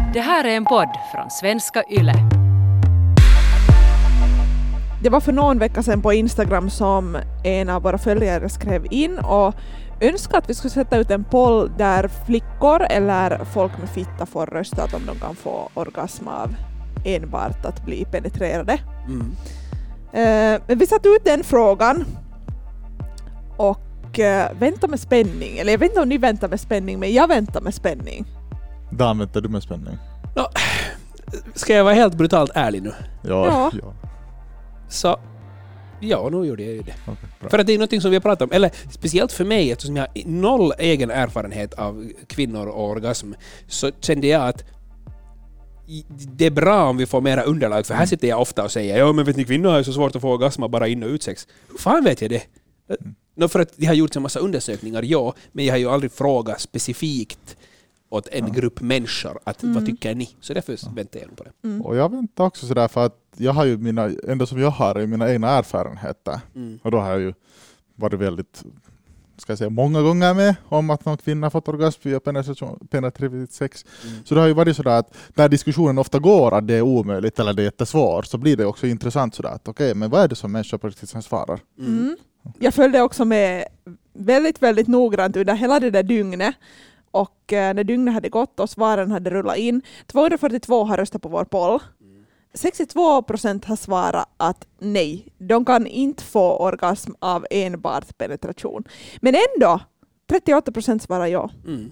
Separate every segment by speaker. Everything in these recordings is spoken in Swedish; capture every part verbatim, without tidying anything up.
Speaker 1: Det här är en podd från Svenska Yle.
Speaker 2: Det var för någon vecka sedan på Instagram som en av våra följare skrev in och önskade att vi skulle sätta ut en poll där flickor eller folk med fitta får rösta om de kan få orgasm av enbart att bli penetrerade. Mm. Uh, men vi satte ut den frågan och uh, väntar med spänning. Eller jag vet inte om ni väntar med spänning, men jag väntar med spänning.
Speaker 3: Där väntar du med spänning.
Speaker 4: No, ska jag vara helt brutalt ärlig nu?
Speaker 3: Ja. ja. ja.
Speaker 4: Så, ja, nu gjorde jag ju det.
Speaker 3: Okay,
Speaker 4: för att det är något som vi har pratat om. Eller speciellt för mig, eftersom jag har noll egen erfarenhet av kvinnor och orgasm, så kände jag att det är bra om vi får mera underlag. För här sitter jag ofta och säger, ja men vet ni, kvinnor har ju så svårt att få orgasm bara in- och utsex. Hur fan vet jag det? Mm. No, för att jag har gjort en massa undersökningar, ja, men jag har ju aldrig frågat specifikt åt en ja. grupp människor att mm. vad tycker ni? Så därför ja. väntar jag på det.
Speaker 3: Mm. Och jag väntar också sådär för att jag har ju mina, enda som jag har är mina egna erfarenheter. Mm. Och då har jag ju varit väldigt, ska jag säga, många gånger med om att någon kvinna fått orgasm via penetrativt sex. Mm. Så det har ju varit sådär att där diskussionen ofta går att det är omöjligt eller det är jättesvårt, så blir det också intressant sådär att okej, okay, men vad är det som människor på riktigt som svarar?
Speaker 2: Mm. Mm. Jag följde också med väldigt, väldigt noggrant under hela det där dygnet. Och eh, när dygnet hade gått och svaren hade rullat in, tvåhundrafyrtiotvå har röstat på vår poll. sextiotvå procent har svarat att nej, de kan inte få orgasm av enbart penetration. Men ändå, trettioåtta procent svarar ja. Mm.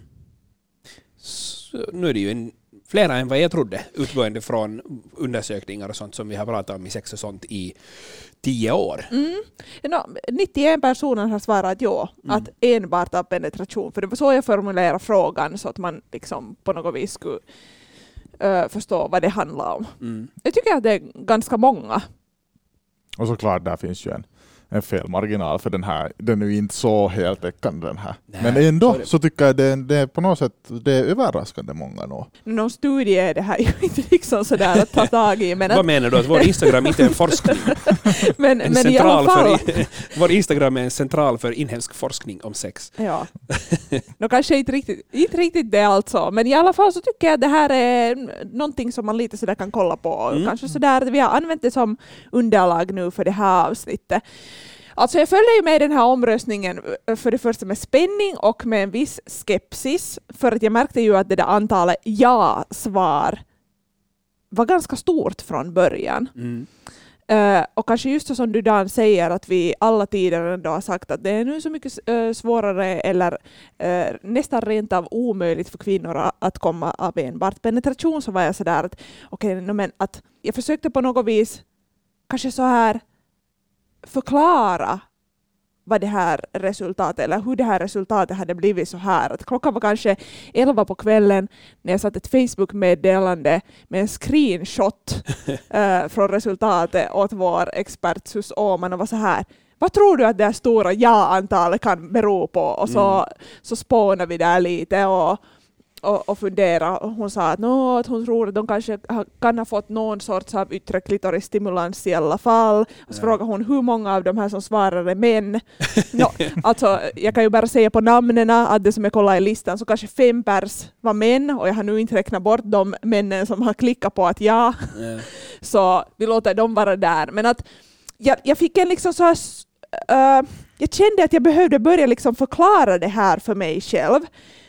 Speaker 4: Så nu är det ju en, flera än vad jag trodde, utgående från undersökningar och sånt som vi har pratat om i sex och sånt i tio år. Mm.
Speaker 2: No, nittioen personer har svarat ja, mm. att enbart av penetration. För det var så jag formulerade frågan, så att man liksom på något vis skulle uh, förstå vad det handlar om. Mm. Jag tycker att det är ganska många.
Speaker 3: Och såklart, där finns ju en, en felmarginal för den här. Den är ju inte så heltäckande den här. Nej, men ändå så, så tycker jag det, det är på något sätt det är överraskande många nog.
Speaker 2: Någon studie är det här ju inte liksom sådär att ta tag i. Men att
Speaker 4: vad menar du? Att vår Instagram inte är en forskning? men, en men i alla fall. För, vår Instagram är en central för inhemsk forskning om sex.
Speaker 2: Ja. Nå, kanske inte riktigt, inte riktigt det alltså. Men i alla fall så tycker jag att det här är någonting som man lite sådär kan kolla på. Mm. Kanske sådär, vi har använt det som underlag nu för det här avsnittet. Alltså jag följer ju med den här omröstningen för det första med spänning och med en viss skepsis, för att jag märkte ju att det där antalet ja-svar var ganska stort från början. Mm. Uh, och kanske just så som du Dan säger, att vi alla tider ändå har sagt att det är nu så mycket uh, svårare eller uh, nästan rent av omöjligt för kvinnor att, att komma av enbart penetration, så var jag sådär att okej, okay, men att jag försökte på något vis kanske så här förklara vad det här resultatet, eller hur det här resultatet hade blivit så här. Att klockan var kanske elva på kvällen när jag satt ett Facebook-meddelande med en screenshot uh, från resultatet åt vår expert Sus Åman och var så här: vad tror du att det här stora ja-antalet kan bero på? Och så, mm. så spånade vi där lite och Och, och fundera. Hon sa att, no, att hon tror att de kanske ha, kan ha fått någon sorts av yttre klitorisstimulans i alla fall. Och så ja. frågade hon hur många av de här som svarade män. no, alltså, jag kan ju bara säga på namnen att det som jag kollade i listan så kanske fem pers var män, och jag har nu inte räknat bort de männen som har klickat på att ja. ja. Så vi låter dem vara där. Men att jag, jag fick en liksom så här, uh, jag kände att jag behövde börja liksom förklara det här för mig själv.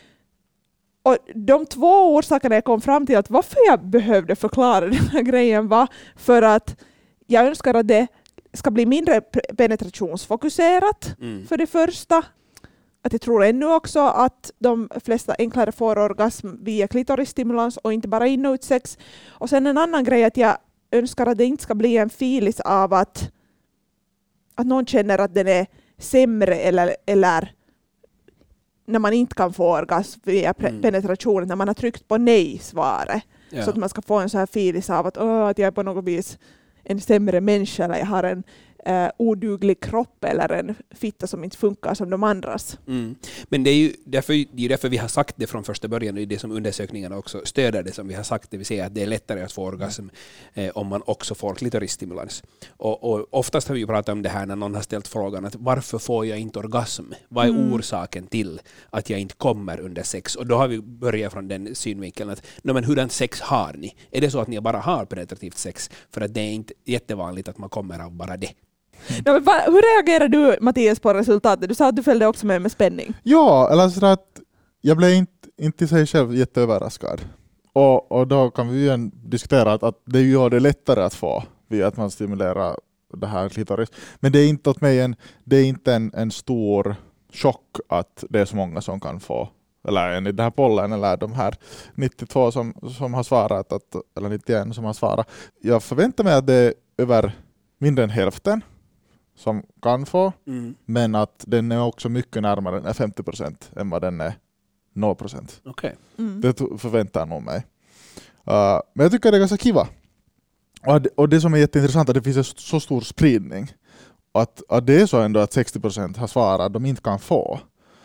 Speaker 2: Och de två orsakerna jag kom fram till att varför jag behövde förklara den här grejen var för att jag önskar att det ska bli mindre penetrationsfokuserat mm. för det första. Att jag tror ännu också att de flesta enklare får orgasm via klitorisstimulans och inte bara in- och utsex. Och sen en annan grej att jag önskar att det inte ska bli en filis av att, att någon känner att den är sämre eller, eller när man inte kan få orgasm via mm. penetrationen, när man har tryckt på nej-svaret. Ja. Så att man ska få en så här filis av att, åh, att jag är på något vis en sämre människa, eller jag har en uh, oduglig kropp eller en fitta som inte funkar som de andras.
Speaker 4: Mm. Men det är ju därför, det är därför vi har sagt det från första början, och det är det som undersökningarna också stöder det som vi har sagt, det vill säga att det är lättare att få orgasm eh, om man också får klitorisstimulans. Och, och oftast har vi ju pratat om det här när någon har ställt frågan att varför får jag inte orgasm? Vad är mm. orsaken till att jag inte kommer under sex? Och då har vi börjat från den synvinkeln att no, men hurdant sex har ni? Är det så att ni bara har penetrativt sex? För att det är inte jättevanligt att man kommer av bara det.
Speaker 2: Ja, men va, hur reagerar du, Mattias, på resultatet? Du sa att du följde också med med spänning.
Speaker 3: Ja, eller så att jag blev inte, inte i sig själv jätteöverraskad. Och, och då kan vi ju diskutera att, att det gör det lättare att få via att man stimulerar det här klitoris. Men det är inte åt mig en, det är inte en, en stor chock att det är så många som kan få, eller enligt den här pollen eller de här nittiotvå som, som har svarat, att, eller nittioen som har svarat. Jag förväntar mig att det är över mindre än hälften som kan få, mm. men att den är också mycket närmare än femtio procent än vad den är noll procent.
Speaker 4: Okay.
Speaker 3: Mm. Det förväntar nog mig. Uh, men jag tycker det är ganska kiva. Och det, och det som är jätteintressant är att det finns så stor spridning. Att, att det är så ändå att sextio procent har svarat att de inte kan få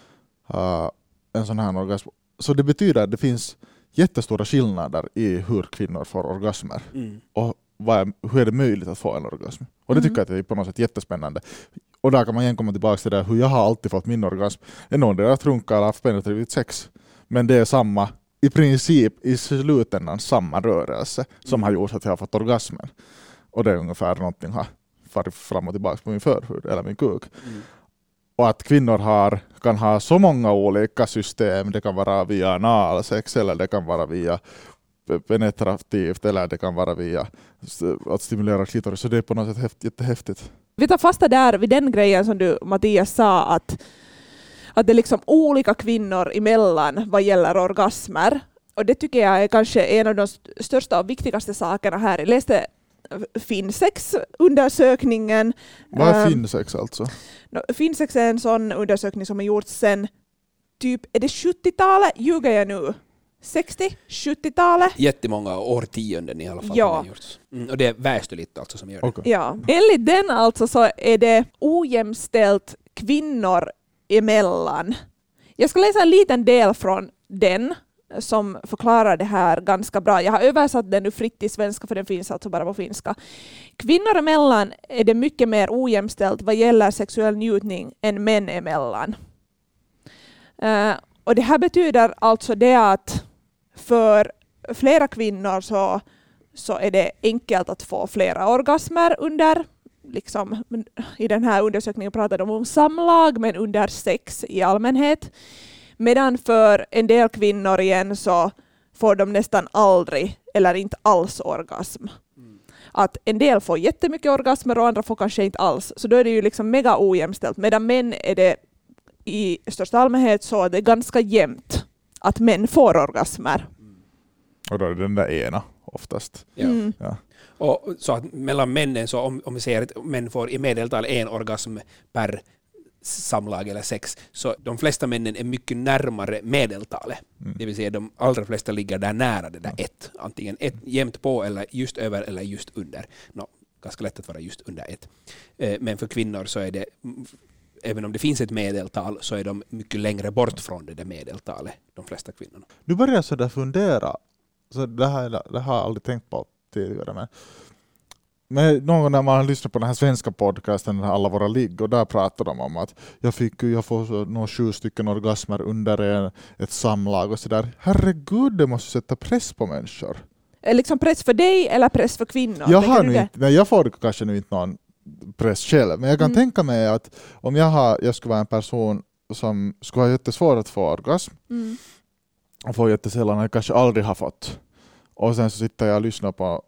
Speaker 3: uh, en sån här orgasm. Så det betyder att det finns jättestora skillnader i hur kvinnor får orgasmer. Mm. Och vad är, hur är det möjligt att få en orgasm? Och det tycker jag att det är på något sätt jättespännande. Och där kan man igen komma tillbaka till det hur jag har alltid fått min orgasm. Det är någon där jag trunkar eller haft penetrativt sex. Men det är samma, i princip i slutändan samma rörelse som mm. har gjort att jag har fått orgasmen. Och det är ungefär någonting har farit fram och tillbaka på min förhud eller min kuk. Mm. Och att kvinnor har, kan ha så många olika system. Det kan vara via analsex eller det kan vara via penetrativt eller det kan vara via att stimulera klitoris. Så det är på något sätt häft, jättehäftigt. Vi
Speaker 2: tar fasta där vid den grejen som du, Mattias, sa att, att det är liksom olika kvinnor emellan vad gäller orgasmer. Och det tycker jag är kanske en av de största och viktigaste sakerna här. Jag läste Finsex-undersökningen.
Speaker 3: Vad är Finsex alltså?
Speaker 2: Finsex är en sån undersökning som har gjorts sedan typ, är det sjuttiotalet? Ljuger jag nu? sextio, sjuttiotalet.
Speaker 4: Jättemånga årtionden i alla fall.
Speaker 2: Ja.
Speaker 4: Mm, och det är västerligt alltså som gör det.
Speaker 3: Okay.
Speaker 2: Ja. Enligt den alltså så är det ojämställt kvinnor emellan. Jag ska läsa en liten del från den som förklarar det här ganska bra. Jag har översatt den nu fritt till svenska för den finns alltså bara på finska. Kvinnor emellan är det mycket mer ojämställt vad gäller sexuell njutning än män emellan. Uh, och det här betyder alltså det att för flera kvinnor så, så är det enkelt att få flera orgasmer under, liksom, i den här undersökningen pratar de om samlag, men under sex i allmänhet. Medan för en del kvinnor igen så får de nästan aldrig eller inte alls orgasm. Mm. Att en del får jättemycket orgasmer och andra får kanske inte alls. Så då är det ju liksom mega ojämställt. Medan män är det i största allmänhet så är det ganska jämnt att män får orgasmer.
Speaker 3: Och då är det den där ena oftast.
Speaker 4: Ja.
Speaker 2: Mm.
Speaker 3: Ja.
Speaker 4: Och så att mellan männen, så om, om vi säger att män får i medeltal en orgasm per samlag eller sex, så de flesta männen är mycket närmare medeltalet. Mm. Det vill säga de allra flesta ligger där nära det där ett. Antingen ett jämnt på eller just över eller just under. No, ganska lätt att vara just under ett. Men för kvinnor så är det, även om det finns ett medeltal, så är de mycket längre bort från det där medeltalet, de flesta kvinnorna.
Speaker 3: Du börjar så där fundera. Så det, här, det har jag aldrig tänkt på tidigare. Men, men någon gång när man lyssnar på den här svenska podcasten, Alla våra ligg, och där pratar de om att jag fick jag får några sju stycken orgasmer under en, ett samlag och sådär. Herregud, det måste sätta press på människor.
Speaker 2: Liksom press för dig eller press för kvinnor?
Speaker 3: Jag, har nu inte, nej, jag får kanske nu inte någon press själv, men jag kan mm. tänka mig att om jag, har, jag skulle vara en person som skulle ha jättesvårt att få orgasm mm. och få jättesällan och jag kanske aldrig har fått. Och sen så sitter jag och lyssnar på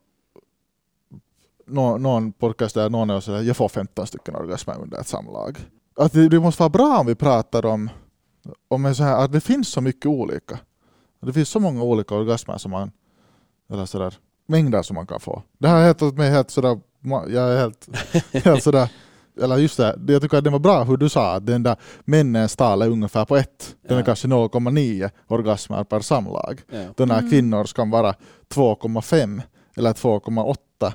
Speaker 3: någon, någon podcast där någon är och säger jag får femton stycken orgasmer under ett samlag. Att det, det måste vara bra om vi pratar om, om en så här, att det finns så mycket olika. Det finns så många olika orgasmer som man, eller sådär, mängder som man kan få. Det här heter mig helt sådär, jag är helt, helt sådär, eller just det, jag tycker att det var bra hur du sa att den där männens tal är ungefär på ett. Den är ja. kanske noll komma nio orgasmer per samlag. Ja. Den här mm. kvinnor ska vara två komma fem eller två komma åtta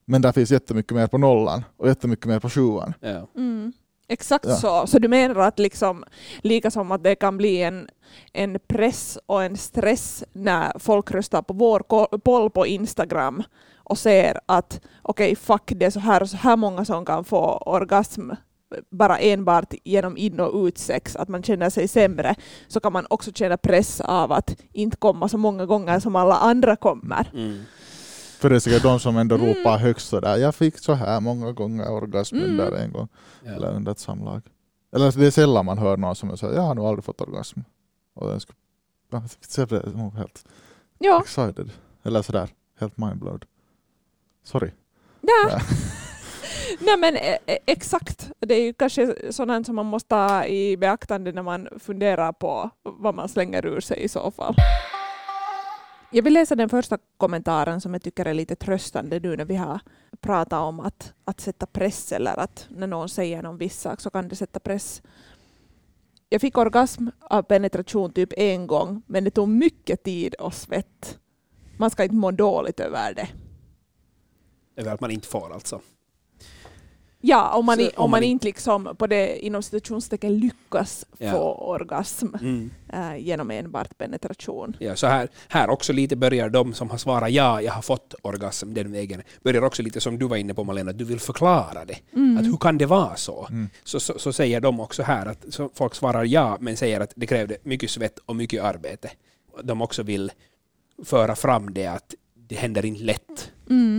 Speaker 3: Men där finns jättemycket mer på nollan och jättemycket mer på sjuan.
Speaker 4: Ja.
Speaker 2: Mm. Exakt
Speaker 3: Ja.
Speaker 2: så. Så du menar att liksom, lika som att det kan bli en, en press och en stress när folk röstar på vår ko- poll på Instagram och ser att okej, okay, fuck, det är så här och så här många som kan få orgasm bara enbart genom in- och utsex, att man känner sig sämre, så kan man också känna press av att inte komma så många gånger som alla andra kommer.
Speaker 4: Mm.
Speaker 3: För det är säkert de som ändå
Speaker 2: Mm.
Speaker 3: ropar högst sådär. Jag fick så här många gånger orgasm
Speaker 2: Mm.
Speaker 3: under en gång.
Speaker 4: Ja.
Speaker 3: Eller under ett samlag. Eller det är sällan man hör någon som säger jag har nog aldrig fått orgasm. Och den skulle... Jag är nog helt
Speaker 2: Ja,
Speaker 3: excited. Eller sådär. Helt mindblowed. Sorry.
Speaker 2: ja.
Speaker 3: Ja.
Speaker 2: Nej men eh, eh, exakt. Det är ju kanske sådant som man måste ta i beaktande när man funderar på vad man slänger ur sig i så fall. Jag vill läsa den första kommentaren som jag tycker är lite tröstande nu när vi har pratat om att, att sätta press, eller att när någon säger någon viss sak så kan det sätta press. Jag fick orgasm av penetration typ en gång, men det tog mycket tid och svett. Man ska inte må dåligt över det.
Speaker 4: Över att man inte får alltså.
Speaker 2: Ja, om man,
Speaker 4: Så,
Speaker 2: i,
Speaker 4: om
Speaker 2: om man
Speaker 4: man
Speaker 2: inte liksom på det inom situationstecken lyckas
Speaker 4: Ja.
Speaker 2: få orgasm
Speaker 4: Mm.
Speaker 2: äh, genom enbart penetration.
Speaker 4: Ja, så här, här också lite börjar de som har svarat ja, jag har fått orgasm den vägen, börjar också lite som du var inne på, Malena, att du vill förklara det.
Speaker 2: Mm.
Speaker 4: Att hur kan det vara så?
Speaker 3: Mm.
Speaker 4: Så, så? Så säger de också här att så folk svarar ja, men säger att det krävde mycket svett och mycket arbete. De också vill föra fram det att det händer inte lätt.
Speaker 2: Mm.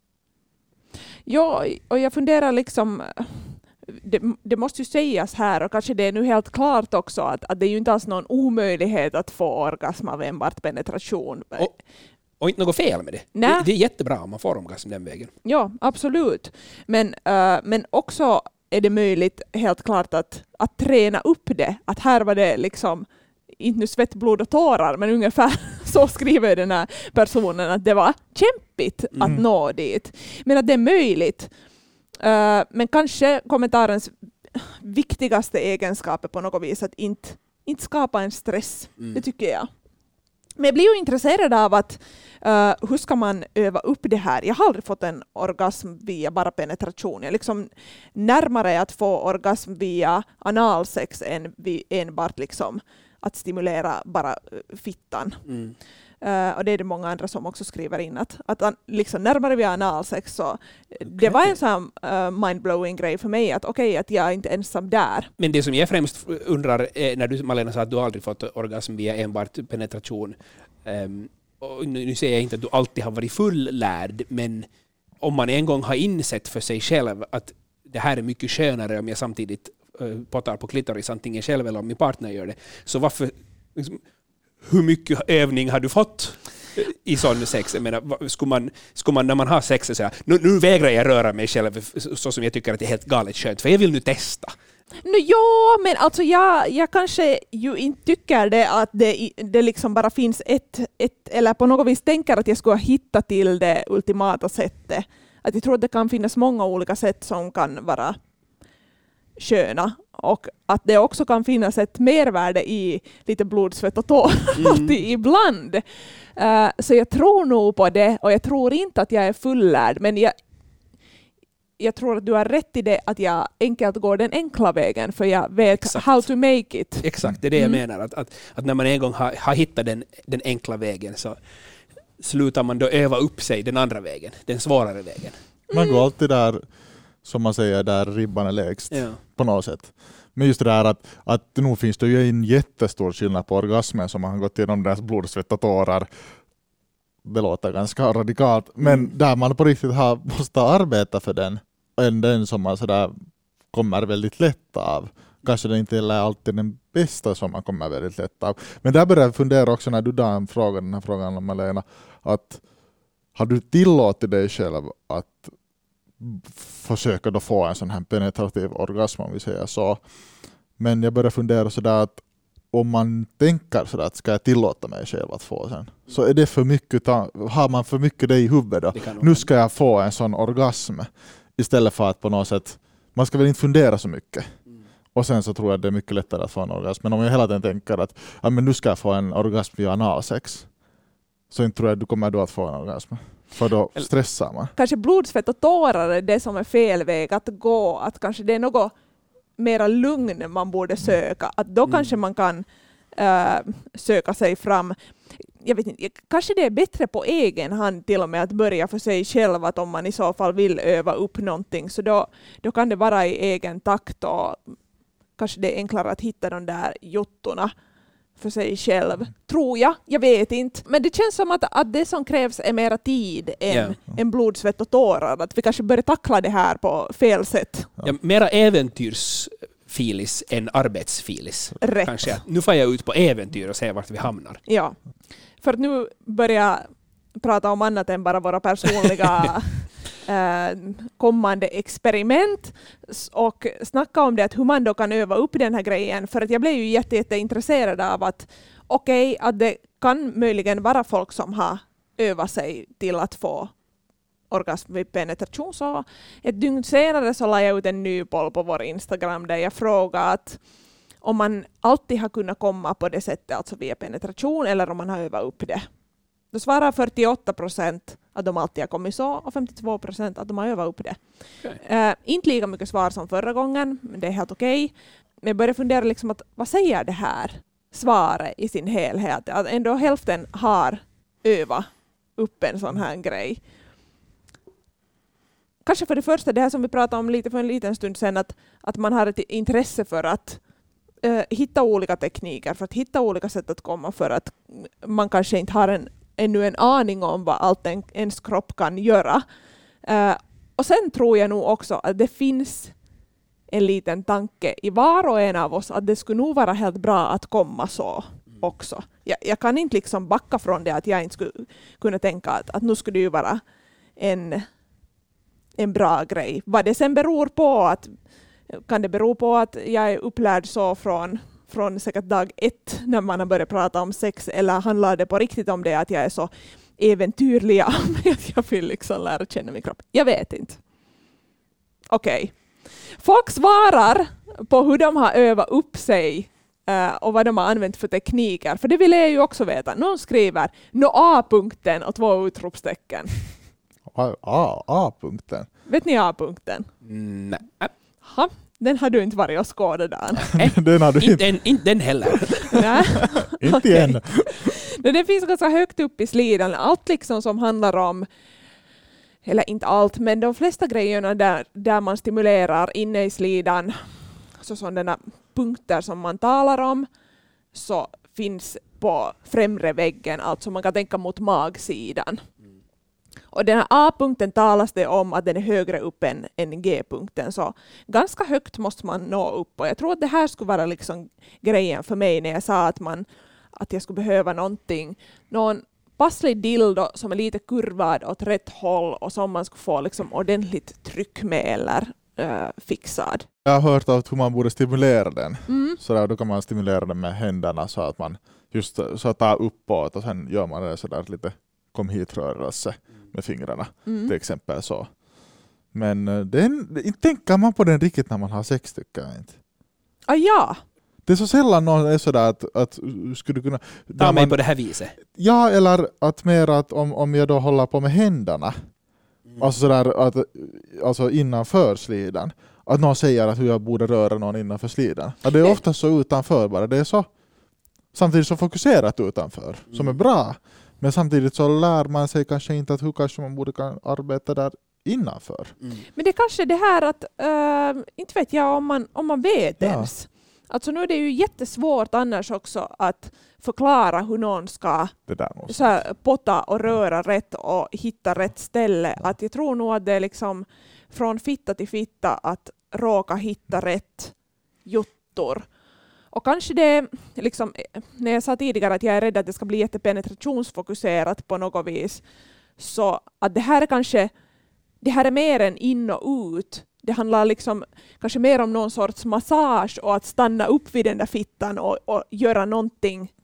Speaker 2: Ja, och jag funderar liksom, det, det måste ju sägas här, och kanske det är nu helt klart också, att, att det är ju inte alls någon omöjlighet att få orgasm av enbart penetration.
Speaker 4: Och, och inte något fel med det.
Speaker 2: Nej.
Speaker 4: det. Det är jättebra om man får orgasm den vägen.
Speaker 2: Ja, absolut. Men, uh, men också är det möjligt helt klart att, att träna upp det. Att här var det liksom, inte nu svett, blod och tårar, men ungefär så skriver den här personen att det var kämpigt
Speaker 3: Mm.
Speaker 2: att nå dit. Men att det är möjligt. Uh, men kanske kommentarens viktigaste egenskap är på något vis att inte, inte skapa en stress.
Speaker 4: Mm.
Speaker 2: Det tycker jag. Men jag blir ju intresserad av att uh, hur ska man öva upp det här? Jag har aldrig fått en orgasm via bara penetration. Jag är liksom närmare att få orgasm via analsex än vi enbart liksom att stimulera bara uh, fittan.
Speaker 4: Mm.
Speaker 2: Uh, och det är det många andra som också skriver in att, att an, liksom närmare via analsex så okay. Det var en sån uh, mindblowing grej för mig att okej, okay, att jag är inte ensam där.
Speaker 4: Men det som jag främst undrar är, när du, Malena, sa att du aldrig fått orgasm via enbart penetration. Um, och nu, nu säger jag inte att du alltid har varit fullärd, men om man en gång har insett för sig själv att det här är mycket skönare om jag samtidigt uh, pottar på klitoris antingen själv eller om min partner gör det, så varför liksom, hur mycket övning har du fått i sån sex? Jag menar, skulle man, skulle man när man har sex säga nu, nu vägrar jag röra mig själv så som jag tycker att det är helt galet skönt, för jag vill nu testa.
Speaker 2: No, ja, men alltså jag, jag kanske ju inte tycker det att det, det liksom bara finns ett, ett, eller på något vis tänker att jag skulle hitta till det ultimata sättet. Att jag tror att det kan finnas många olika sätt som kan vara sköna, och att det också kan finnas ett mervärde i lite blod, svett och tårar mm. ibland. Uh, så jag tror nog på det, och jag tror inte att jag är fullärd, men jag, jag tror att du har rätt i det att jag enkelt går den enkla vägen, för jag vet
Speaker 4: Exakt.
Speaker 2: how to make it.
Speaker 4: Exakt, det är det
Speaker 2: Mm.
Speaker 4: jag menar. Att, att, att när man en gång har, har hittat den, den enkla vägen så slutar man då öva upp sig den andra vägen, den svårare vägen.
Speaker 3: Man går alltid där, som man säger, där ribban är lägst.
Speaker 4: Ja.
Speaker 3: På något sätt. Men just det där att, att nu finns det ju en jättestor skillnad på orgasmen som man har gått igenom deras blod, svett och tårar. Det låter ganska radikalt. Men
Speaker 4: Mm.
Speaker 3: där man på riktigt har, måste arbeta för den. Än den som man sådär kommer väldigt lätt av. Kanske det inte är alltid den bästa som man kommer väldigt lätt av. Men där börjar jag fundera också när du där frågar den här frågan om Malena. Att har du tillåtit dig själv att försöka då få en sån här penetrativ orgasm, om vi säger så. Men jag börjar fundera sådär att om man tänker sådär att ska jag tillåta mig själv att få sen, så är det för mycket, har man för mycket det i huvudet då. Nu ska jag få en sån orgasm istället för att på något sätt, man ska väl inte fundera så mycket. Mm. Och sen så tror jag att det är mycket lättare att få en orgasm. Men om jag hela tiden tänker att ja, men nu ska jag få en orgasm via analsex, så inte tror jag att du kommer då att få en orgasm. För då stressar man.
Speaker 2: Kanske blodsvett och tårar är det som är fel väg att gå. Att kanske det är något mera lugn man borde söka. Att då mm. kanske man kan äh, söka sig fram. Jag vet inte, kanske det är bättre på egen hand till och med att börja för sig själv, att om man i så fall vill öva upp någonting, så då, då kan det vara i egen takt och kanske det är enklare att hitta de där jottorna för sig själv. Tror jag, jag vet inte. Men det känns som att, att det som krävs är mera tid än, yeah. än blodsvett och tårar. Att vi kanske börjar tackla det här på fel sätt.
Speaker 4: Ja, mera äventyrsfilis än arbetsfilis.
Speaker 2: Rätt.
Speaker 4: Kanske. Nu får jag ut på äventyr och se vart vi hamnar.
Speaker 2: Ja. För att nu börja prata om annat än bara våra personliga äh, kommande experiment och snacka om det, att hur man då kan öva upp den här grejen. För att jag blev ju jätte, jätte intresserad av att okej, okay, att det kan möjligen vara folk som har övat sig till att få orgasm vid penetration. Så ett dygn senare så la jag ut en ny poll på vår Instagram där jag frågade att om man alltid har kunnat komma på det sättet, alltså via penetration, eller om man har övat upp det. Då svarar fyrtioåtta procent att de alltid har kommit så och femtiotvå procent att de har övat upp det. Okay. Uh, inte lika mycket svar som förra gången, men det är helt okej. Okay. Men jag började fundera liksom att vad säger det här svaret i sin helhet? Att ändå hälften har övat upp en sån här grej. Kanske för det första, det här som vi pratade om lite för en liten stund sedan, att, att man har ett intresse för att Uh, hitta olika tekniker, för att hitta olika sätt att komma, för att man kanske inte har en, ännu en aning om vad allt en, ens kropp kan göra. Uh, och sen tror jag nog också att det finns en liten tanke i var och en av oss att det skulle nog vara helt bra att komma så också. Jag, jag kan inte liksom backa från det, att jag inte skulle kunna tänka att, att nu skulle det ju vara en, en bra grej. Vad det sen beror på, att kan det bero på att jag är upplärd så från, från säkert dag ett när man har börjat prata om sex, eller handlar det på riktigt om det att jag är så äventyrlig att jag vill liksom lära känna min kropp? Jag vet inte. Okej. Okay. Folk svarar på hur de har övat upp sig uh, och vad de har använt för tekniker, för det vill jag ju också veta. Någon skriver nå A-punkten och två utropstecken.
Speaker 3: A-punkten?
Speaker 2: Vet ni A-punkten?
Speaker 4: Nej.
Speaker 2: Ha, den har du inte varit och skådat där.
Speaker 3: den har du
Speaker 4: inte. Inte, inte den heller.
Speaker 3: Inte okay. än.
Speaker 2: Det finns ganska högt upp i slidan. Allt liksom som handlar om, eller inte allt, men de flesta grejerna där, där man stimulerar inne i slidan, så sådana punkter som man talar om, så finns på främre väggen, alltså man kan tänka mot magsidan. Och den här A-punkten talas det om att den är högre upp än, än G-punkten. Så ganska högt måste man nå upp. Och jag tror att det här skulle vara liksom grejen för mig när jag sa att, man, att jag skulle behöva någonting. Någon passlig dildo som är lite kurvad åt rätt håll och som man skulle få liksom ordentligt tryck med eller äh, fixad.
Speaker 3: Jag har hört att hur man borde stimulera den.
Speaker 2: Mm.
Speaker 3: Så där, då kan man stimulera den med händerna så att man just så tar uppåt och sen gör man det så där lite kom hit-rörelse med fingrarna, mm. till exempel så. Men det inte tänker man på den riktigt när man har sex, tycker jag inte.
Speaker 2: Ah, ja.
Speaker 3: Det är så sällan någon är sådär att, att skulle kunna...
Speaker 4: Ta mig man, på det här viset.
Speaker 3: Ja, eller att mer att om, om jag då håller på med händerna, mm. alltså sådär att, alltså innanför slidan, att någon säger att hur jag borde röra någon innanför slidan. Ja, det är Nej. ofta så utanför bara. Det är så samtidigt så fokuserat utanför, mm. som är bra. Men samtidigt så lär man sig kanske inte att hur kanske man borde kan arbeta där innanför.
Speaker 2: Mm. Men det är kanske det här att, uh, inte vet jag om man, om man vet ja. ens. Alltså nu är det ju jättesvårt annars också att förklara hur någon ska så här, potta och röra rätt och hitta rätt ställe. Ja. Att jag tror nog att det är liksom från fitta till fitta att råka hitta rätt juttor. Och kanske det, liksom, när jag sa tidigare att jag är rädd att det ska bli jättepenetrationsfokuserat på något vis, så att det här är kanske, det här är mer än in och ut. Det handlar liksom kanske mer om någon sorts massage och att stanna upp vid den där fittan och, och göra någonting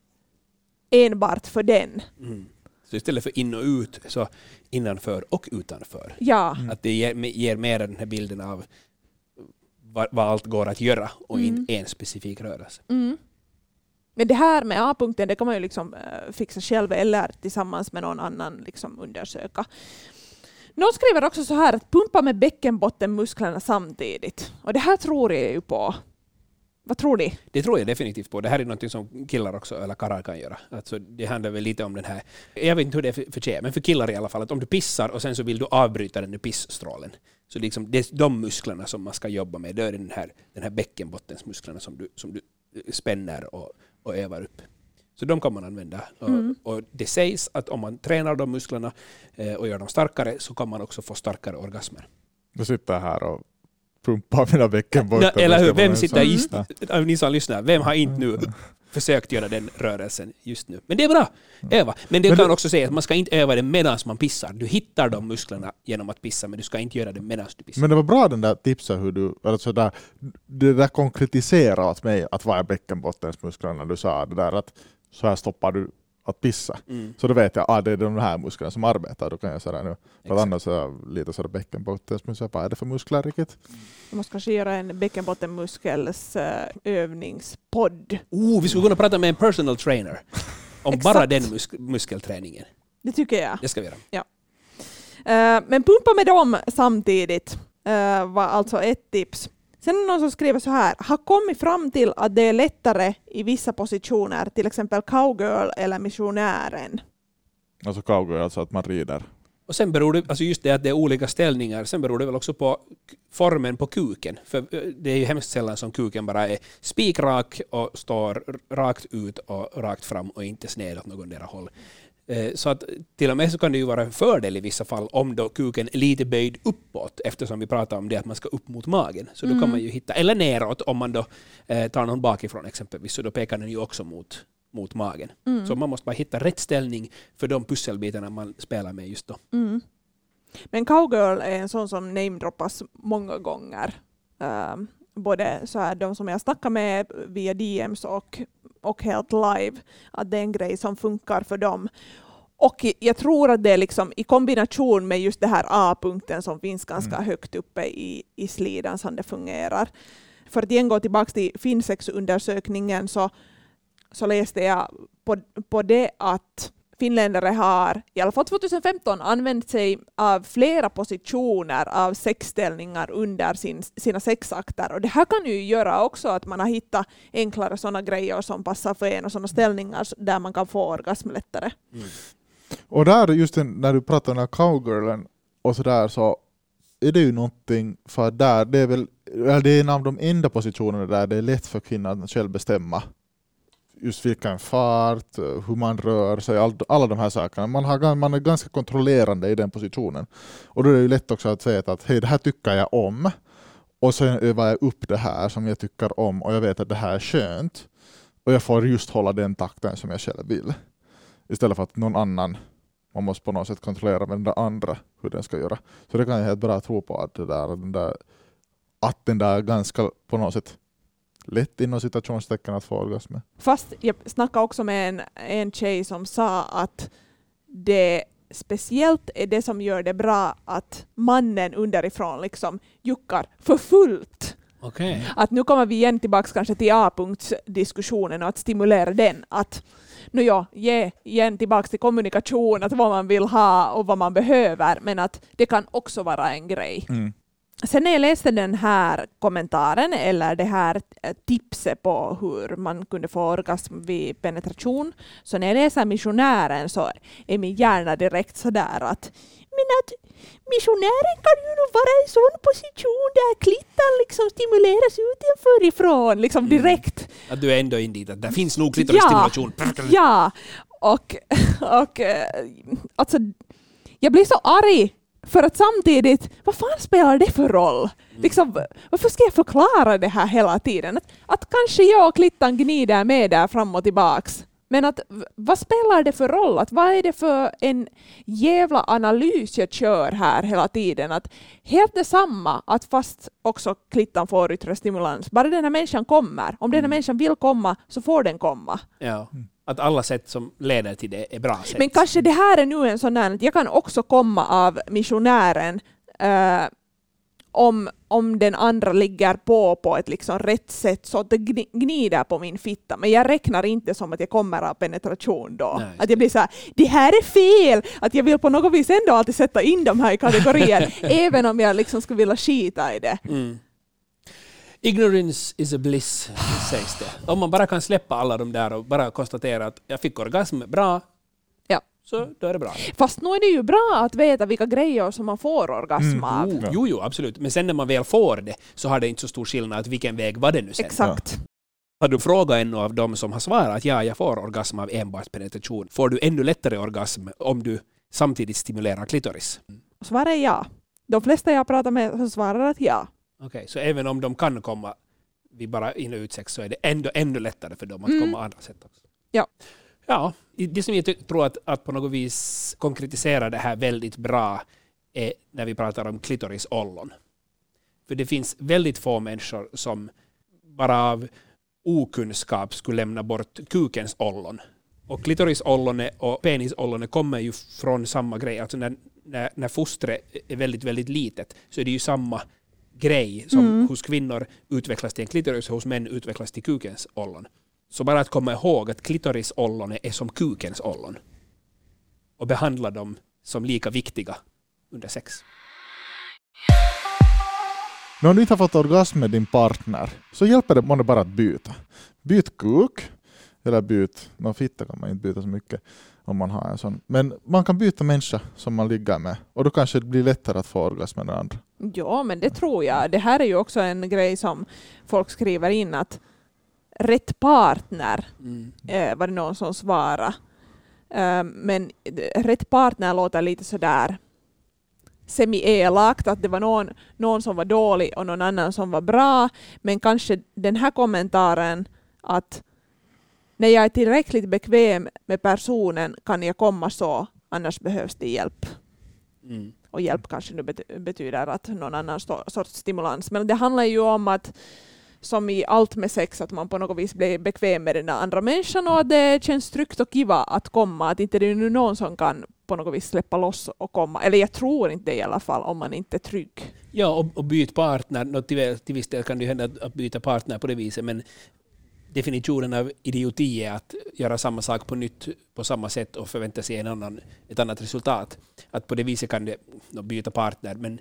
Speaker 2: enbart för den.
Speaker 4: Mm. Så istället för in och ut, så innanför och utanför.
Speaker 2: Ja.
Speaker 4: Mm. Att det ger, ger mer den här bilden av vad, vad allt går att göra och mm. inte en specifik rörelse.
Speaker 2: Mm. Men det här med A-punkten, det kan man ju liksom uh, fixa själv eller tillsammans med någon annan liksom undersöka. Någon skriver också så här att pumpa med bäckenbottenmusklerna samtidigt. Och det här tror jag ju på. Vad tror ni?
Speaker 4: Det tror jag definitivt på. Det här är något som killar också, eller karlar kan göra. Alltså, det handlar väl lite om den här, jag vet inte hur det är för, för tjejer, men för killar i alla fall, att om du pissar och sen så vill du avbryta den där pissstrålen. Så liksom, det är de musklerna som man ska jobba med. Det är den här, den här bäckenbottensmusklerna som du, som du spänner och, och övar upp. Så de kan man använda. Mm. Och, och det sägs att om man tränar de musklerna eh, och gör dem starkare så kan man också få starkare orgasmer.
Speaker 3: Du sitter här och pumpar mina bäckenbotten.
Speaker 4: Ja, eller hur? Vem sitter just, mm. ni som lyssnar, vem har inte nu försökt göra den rörelsen just nu? Men det är bra. Öva. Men det men kan du också säga att man ska inte öva det medan man pissar. Du hittar de musklerna genom att pissa, men du ska inte göra det medan du pissar.
Speaker 3: Men det var bra den där tipsen hur du, alltså där, det där konkretiserar åt mig att vad är bäckenbottensmusklerna när du sa det där att så här stoppar du att pissa. Mm. Så då vet jag att ah, det är de här musklerna som arbetar. Då kan jag säga nu. För att annars är jag lite sådär bäckenbottensmuskler. Vad är det för muskler riktigt?
Speaker 2: Du måste kanske göra en bäckenbottenmuskels uh, övningspodd.
Speaker 4: Oh, vi skulle kunna prata med en personal trainer om bara den mus- muskelträningen.
Speaker 2: Det tycker jag.
Speaker 4: Det ska vi göra.
Speaker 2: Ja. Uh, men pumpa med dem samtidigt uh, var alltså ett tips. Sen är någon som skriver så här, har kommit fram till att det är lättare i vissa positioner, till exempel cowgirl eller missionären.
Speaker 3: Alltså cowgirl, alltså att man rider.
Speaker 4: Och sen beror det, alltså just det att det är olika ställningar, sen beror det väl också på formen på kuken. För det är ju hemskt sällan som kuken bara är spikrak och står rakt ut och rakt fram och inte sned åt någon där håll. Så att till och med så kan det ju vara en fördel i vissa fall om då kuken är lite böjd uppåt, eftersom vi pratar om det att man ska upp mot magen. Så då mm. kan man ju hitta, eller neråt om man då eh, tar någon bakifrån exempelvis, så då pekar den ju också mot, mot magen. Mm. Så man måste bara hitta rätt ställning för de pusselbitarna man spelar med just då.
Speaker 2: Mm. Men cowgirl är en sån som namedroppas många gånger. Um, både så här, de som jag snackar med via D Ms och och helt live, att det är en grej som funkar för dem. Och jag tror att det är liksom i kombination med just det här A-punkten som finns ganska mm. högt uppe i, i slidan som det fungerar. För att igen gå tillbaka till Finsex-undersökningen så, så läste jag på, på det att finländare har i alla fall tjugohundrafemton använt sig av flera positioner av sexställningar under sin, sina sexakter. Och det här kan ju göra också att man har hittat enklare sådana grejer som passar för en och sådana ställningar där man kan få orgasm lättare. Mm.
Speaker 3: Och där just den, när du pratar om den här cowgirlen och sådär, så är det ju någonting för där, det är väl det är en av de enda positionerna där det är lätt för kvinnan att själv bestämma. Just vilken fart, hur man rör sig, all, alla de här sakerna. Man, har, man är ganska kontrollerande i den positionen. Och då är det ju lätt också att säga att hej, det här tycker jag om. Och sen övar jag upp det här som jag tycker om. Och jag vet att det här är skönt. Och jag får just hålla den takten som jag själv vill. Istället för att någon annan, man måste på något sätt kontrollera med den där andra hur den ska göra. Så det kan jag helt bra tro på att det där, den där, att den där ganska på något sätt lätt inom situationstecken att få orgasm.
Speaker 2: Fast jag snackade också med en, en tjej som sa att det speciellt är det som gör det bra att mannen underifrån liksom juckar för fullt.
Speaker 4: Okay.
Speaker 2: Att nu kommer vi igen tillbaka kanske till A-punktsdiskussionen och att stimulera den. Att nu ja, ge igen tillbaka till kommunikation, att vad man vill ha och vad man behöver, men att det kan också vara en grej. Mm. Sen när jag läste den här kommentaren eller det här tipset på hur man kunde få orgasm vid penetration, så när jag läser missionären så är min hjärna direkt sådär att men att missionären kan ju nog vara i en sån position där klittan liksom stimuleras utanför ifrån liksom direkt. Mm.
Speaker 4: Att du är ändå in dit, att det finns nog klitorisstimulation.
Speaker 2: Ja, ja. Och, och alltså jag blir så arg. För att samtidigt, vad fan spelar det för roll? Mm. Liksom, varför ska jag förklara det här hela tiden? Att, att kanske jag och klittan gnider med där fram och tillbaks. Men att, vad spelar det för roll? Att, vad är det för en jävla analys jag kör här hela tiden? Att helt detsamma, att fast också klittan får yttre stimulans. Bara den här människan kommer. Om den här människan vill komma så får den komma.
Speaker 4: Ja. Att alla sätt som leder till det är bra sätt.
Speaker 2: Men kanske det här är nu en sån där att jag kan också komma av missionären uh, om, om den andra ligger på på ett liksom rätt sätt så att det gnider på min fitta. Men jag räknar inte som att jag kommer av penetration då. Nej, att jag blir så här, det här är fel! Att jag vill på något vis ändå alltid sätta in de här i kategorier även om jag liksom skulle vilja skita i det.
Speaker 4: Mm. Ignorance is a bliss, sägs det. Om man bara kan släppa alla de där och bara konstatera att jag fick orgasm, bra,
Speaker 2: ja.
Speaker 4: Så då är det bra.
Speaker 2: Fast nu är det ju bra att veta vilka grejer som man får orgasm
Speaker 3: Mm.
Speaker 2: av.
Speaker 4: Jo, jo, jo, absolut. Men sen när man väl får det så har det inte så stor skillnad att vilken väg var det nu sen.
Speaker 2: Exakt.
Speaker 4: Har du frågat en av dem som har svarat att ja, jag får orgasm av enbart penetration, får du ännu lättare orgasm om du samtidigt stimulerar klitoris?
Speaker 2: Svaret är ja. De flesta jag pratar med svarar att ja.
Speaker 4: Okej, okay, så även om de kan komma vid bara in- och utsex så är det ändå ännu lättare för dem att
Speaker 2: Mm.
Speaker 4: komma andra sätt också.
Speaker 2: Ja.
Speaker 4: Ja, det som jag ty- tror att, att på något vis konkretiserar det här väldigt bra är när vi pratar om klitorisollon. För det finns väldigt få människor som bara av okunskap skulle lämna bort kukens ollon. Och klitorisollonet och penisollonet kommer ju från samma grej. Alltså när, när, när fostret är väldigt, väldigt litet så är det ju samma grej som
Speaker 2: Mm.
Speaker 4: hos kvinnor utvecklas till en klitoris och hos män utvecklas till kukens ollon. Så bara att komma ihåg att klitorisollonet är som kukens ollon och behandla dem som lika viktiga under sex.
Speaker 3: Men om du inte har fått orgasm med din partner så hjälper det många bara att byta. Byt kuk eller byt, någon fitta kan man inte byta så mycket om man har en sån. Men man kan byta människa som man ligger med och då kanske det blir lättare att få orgasm med den andra.
Speaker 2: Ja, men det tror jag. Det här är ju också en grej som folk skriver in att rätt partner
Speaker 4: Mm.
Speaker 2: eh, var det någon som svarade. Eh, men rätt partner låter lite sådär semi-elakt, att det var någon, någon som var dålig och någon annan som var bra. Men kanske den här kommentaren att när jag är tillräckligt bekväm med personen kan jag komma så, annars behövs det hjälp.
Speaker 4: Mm.
Speaker 2: Och hjälp kanske nu bet- betyder att någon annan sto- sorts stimulans. Men det handlar ju om att som i allt med sex, att man på något vis blir bekväm med den där andra människan och att det känns tryggt och kiva att komma. Att inte det är nu någon som kan på något vis släppa loss och komma. Eller jag tror inte det i alla fall om man inte är trygg.
Speaker 4: Ja, och, och byt partner. Nå, till, till viss del kan det ju hända att, att byta partner på det viset, men definitionen av idioti är att göra samma sak på nytt på samma sätt och förvänta sig en annan, ett annat resultat. Att på det viset kan det nå, byta partner, men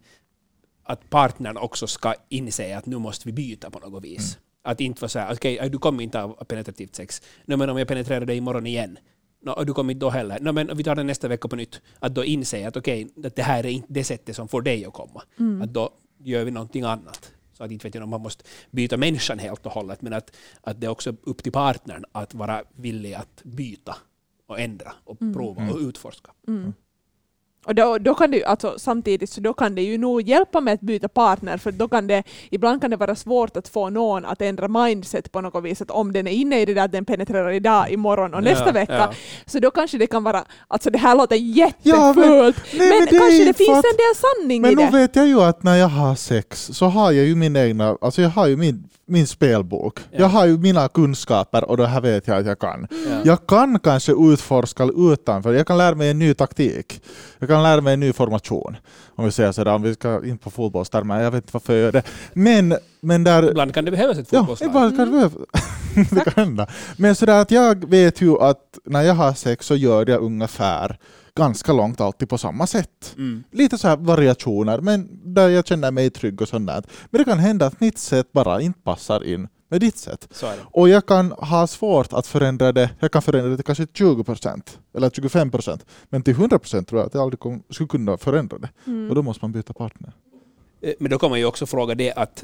Speaker 4: att partnern också ska inse att nu måste vi byta på något vis. Mm. Att inte vara så här, okej, okay, du kommer inte av penetrativt sex. No, men om jag penetrerar dig imorgon igen, no, du kommer inte då heller. No, men vi tar det nästa vecka på nytt. Att då inse att okej, okay, att det här är inte det sättet som får dig att komma. Mm. Att då gör vi någonting annat. Så att inte vet jag om man måste byta människan helt och hållet, men att, att det är också upp till partnern att vara villig att byta och ändra och mm. prova och utforska.
Speaker 2: Mm. Och då, då kan det, alltså, samtidigt så då kan det ju nog hjälpa med att byta partner, för då kan det, ibland kan det vara svårt att få någon att ändra mindset på något vis, att om den är inne i det där att den penetrerar idag, imorgon och nästa
Speaker 4: ja,
Speaker 2: vecka,
Speaker 4: ja.
Speaker 2: så då kanske det kan vara, alltså det här låter jättefult,
Speaker 3: Ja, men, nej,
Speaker 2: men,
Speaker 3: men det
Speaker 2: kanske det finns
Speaker 3: att,
Speaker 2: en del sanning
Speaker 3: men
Speaker 2: i det.
Speaker 3: Men nu vet jag ju att när jag har sex så har jag ju min egna, alltså jag har ju min min spelbok. Ja. Jag har ju mina kunskaper och det här vet jag att jag kan. Ja. Jag kan kanske utforska utanför. Jag kan lära mig en ny taktik. Jag kan lära mig en ny formation. Om vi säger sådär, om vi ska in på fotbollstermer. Jag vet inte varför jag gör det. Men, men där...
Speaker 4: Ibland kan det behövas ett fotbollslag.
Speaker 3: Ja, ibland kan det behövas. Det kan hända. Men sådär att jag vet ju att när jag har sex så gör jag ungefär ganska långt alltid på samma sätt. Mm. Lite så här variationer, men där jag känner mig trygg och sånt där. Men det kan hända att mitt sätt bara inte passar in med ditt sätt.
Speaker 4: Så är det.
Speaker 3: Och jag kan ha svårt att förändra det. Jag kan förändra det till kanske tjugo procent eller tjugofem procent. Men till hundra procent tror jag att jag aldrig kom, skulle kunna förändra det. Mm. Och då måste man byta partner.
Speaker 4: Men då kan man ju också fråga det att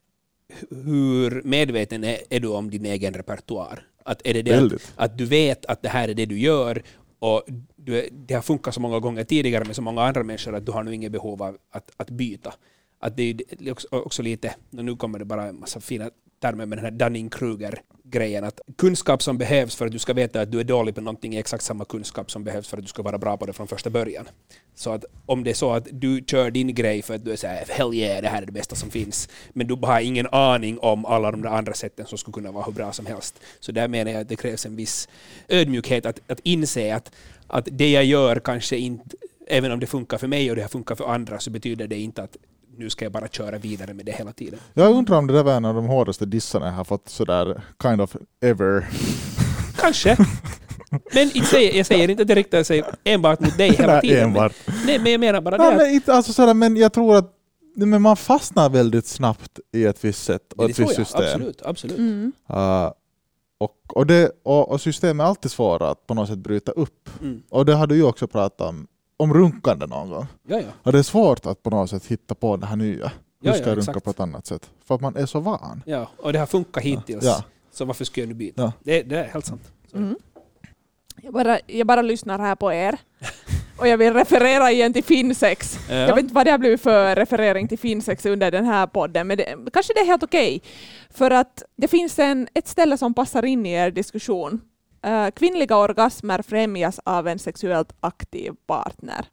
Speaker 4: hur medveten är, är du om din egen repertoar? Att är det det att, att du vet att det här är det du gör och du, det har funkat så många gånger tidigare med så många andra människor att du har nog inget behov av att, att byta. Att det är också, också lite, nu kommer det bara en massa fina termer med den här Dunning-Kruger-grejen, att kunskap som behövs för att du ska veta att du är dålig på någonting är exakt samma kunskap som behövs för att du ska vara bra på det från första början. Så att om det är så att du kör din grej för att du är så här, hell yeah, det här är det bästa som finns, men du har ingen aning om alla de där andra sätten som skulle kunna vara hur bra som helst. Så där menar jag att det krävs en viss ödmjukhet att, att inse att, att det jag gör kanske inte, även om det funkar för mig och det har funkat för andra, så betyder det inte att nu ska jag bara köra vidare med det hela tiden.
Speaker 3: Jag undrar om det där var en av de hårdaste dissarna jag har fått sådär kind of ever.
Speaker 4: Kanske. Men jag säger, jag säger inte att det riktar sig enbart mot dig hela tiden.
Speaker 3: Enbart.
Speaker 4: Nej, men jag menar bara
Speaker 3: Ja,
Speaker 4: det.
Speaker 3: men, inte, alltså, sådär, men jag tror att men man fastnar väldigt snabbt i ett visst sätt och
Speaker 4: Ja,
Speaker 3: ett visst
Speaker 4: jag.
Speaker 3: system.
Speaker 4: Absolut, absolut.
Speaker 2: Mm.
Speaker 3: Uh, och, och, det, och, och system är alltid svåra att på något sätt bryta upp.
Speaker 4: Mm.
Speaker 3: Och det har du ju också pratat om, om runkande någon gång.
Speaker 4: Ja, ja.
Speaker 3: Och det är svårt att på något sätt hitta på det här nya. Hur
Speaker 4: Ja,
Speaker 3: ska
Speaker 4: ja,
Speaker 3: jag runka
Speaker 4: exakt.
Speaker 3: på ett annat sätt? För att man är så van.
Speaker 4: Ja, och det har funkat hittills.
Speaker 3: Ja.
Speaker 4: Så varför ska jag nu byta?
Speaker 3: Ja.
Speaker 4: Det, det är helt sant.
Speaker 2: Mm. Jag, bara, jag bara lyssnar här på er. Och jag vill referera igen till Finsex.
Speaker 4: Ja.
Speaker 2: Jag vet inte vad det har blivit för referering till Finsex under den här podden, men det, kanske det är helt okej. För att det finns en, ett ställe som passar in i er diskussion. Uh, kvinnliga orgasmer främjas av en sexuellt aktiv partner.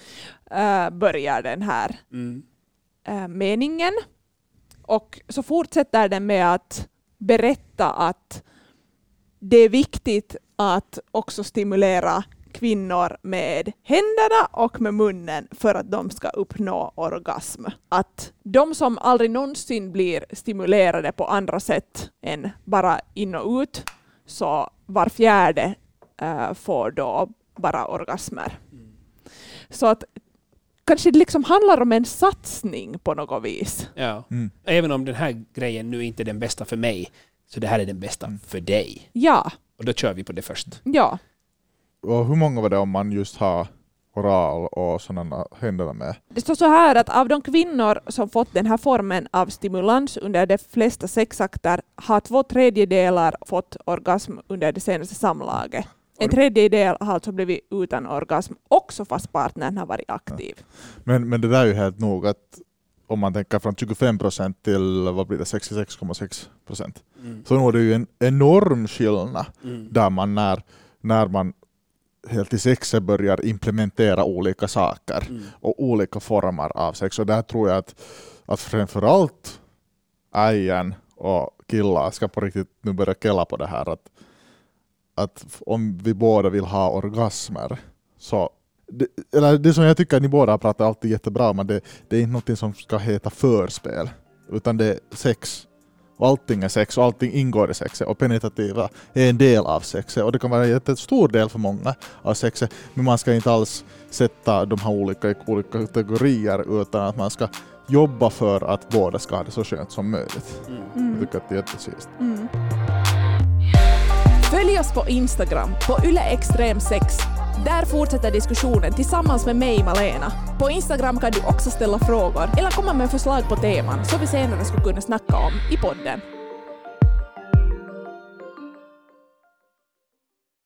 Speaker 2: Uh, börjar den här
Speaker 4: Mm.
Speaker 2: uh, meningen. Och så fortsätter den med att berätta att det är viktigt att också stimulera kvinnor med händerna och med munnen för att de ska uppnå orgasm. Att de som aldrig någonsin blir stimulerade på andra sätt än bara in och ut, så var fjärde uh, får då bara orgasmer. Mm. Så att kanske det liksom handlar om en satsning på något vis.
Speaker 4: Ja.
Speaker 3: Mm.
Speaker 4: Även om den här grejen nu inte är den bbästa för mig, så det här är den bästa mm. för dig.
Speaker 2: Ja.
Speaker 4: Och då kör vi på det först.
Speaker 2: Ja.
Speaker 3: Och hur många var det om man just har oral och sådana händerna med?
Speaker 2: Det står så här att av de kvinnor som fått den här formen av stimulans under de flesta sexakter har två tredjedelar fått orgasm under det senaste samlaget. En tredjedel har alltså blivit utan orgasm också fast partnern har varit aktiv.
Speaker 3: Ja. Men, men det där är ju helt nog att om man tänker från tjugofem procent till vad blir det, sextiosex komma sex procent. Mm. Så nu är det ju en enorm skillnad mm. där man när, när man helt i sexet börjar implementera olika saker mm. och olika former av sex. Och där tror jag att, att framförallt ägen och killar ska på riktigt nu börja kella på det här att, att om vi båda vill ha orgasmer så det, eller det som jag tycker att ni båda pratar alltid jättebra om, men det, det är inte något som ska heta förspel utan det är sex. Och allting är sex och allting ingår i sexet och penetrativa är en del av sexet och det kan vara en jättestor del för många av sexet, men man ska inte alls sätta de här olika i olika kategorier utan att man ska jobba för att båda ska ha det så skönt som möjligt. Mm. Jag tycker att det är jättesist.
Speaker 2: Mm. Följ oss på Instagram på Yle Extrem sex. Där fortsätter diskussionen tillsammans med mig, Malena. På Instagram kan du också ställa frågor eller komma med förslag på teman som vi senare skulle kunna snacka om i podden.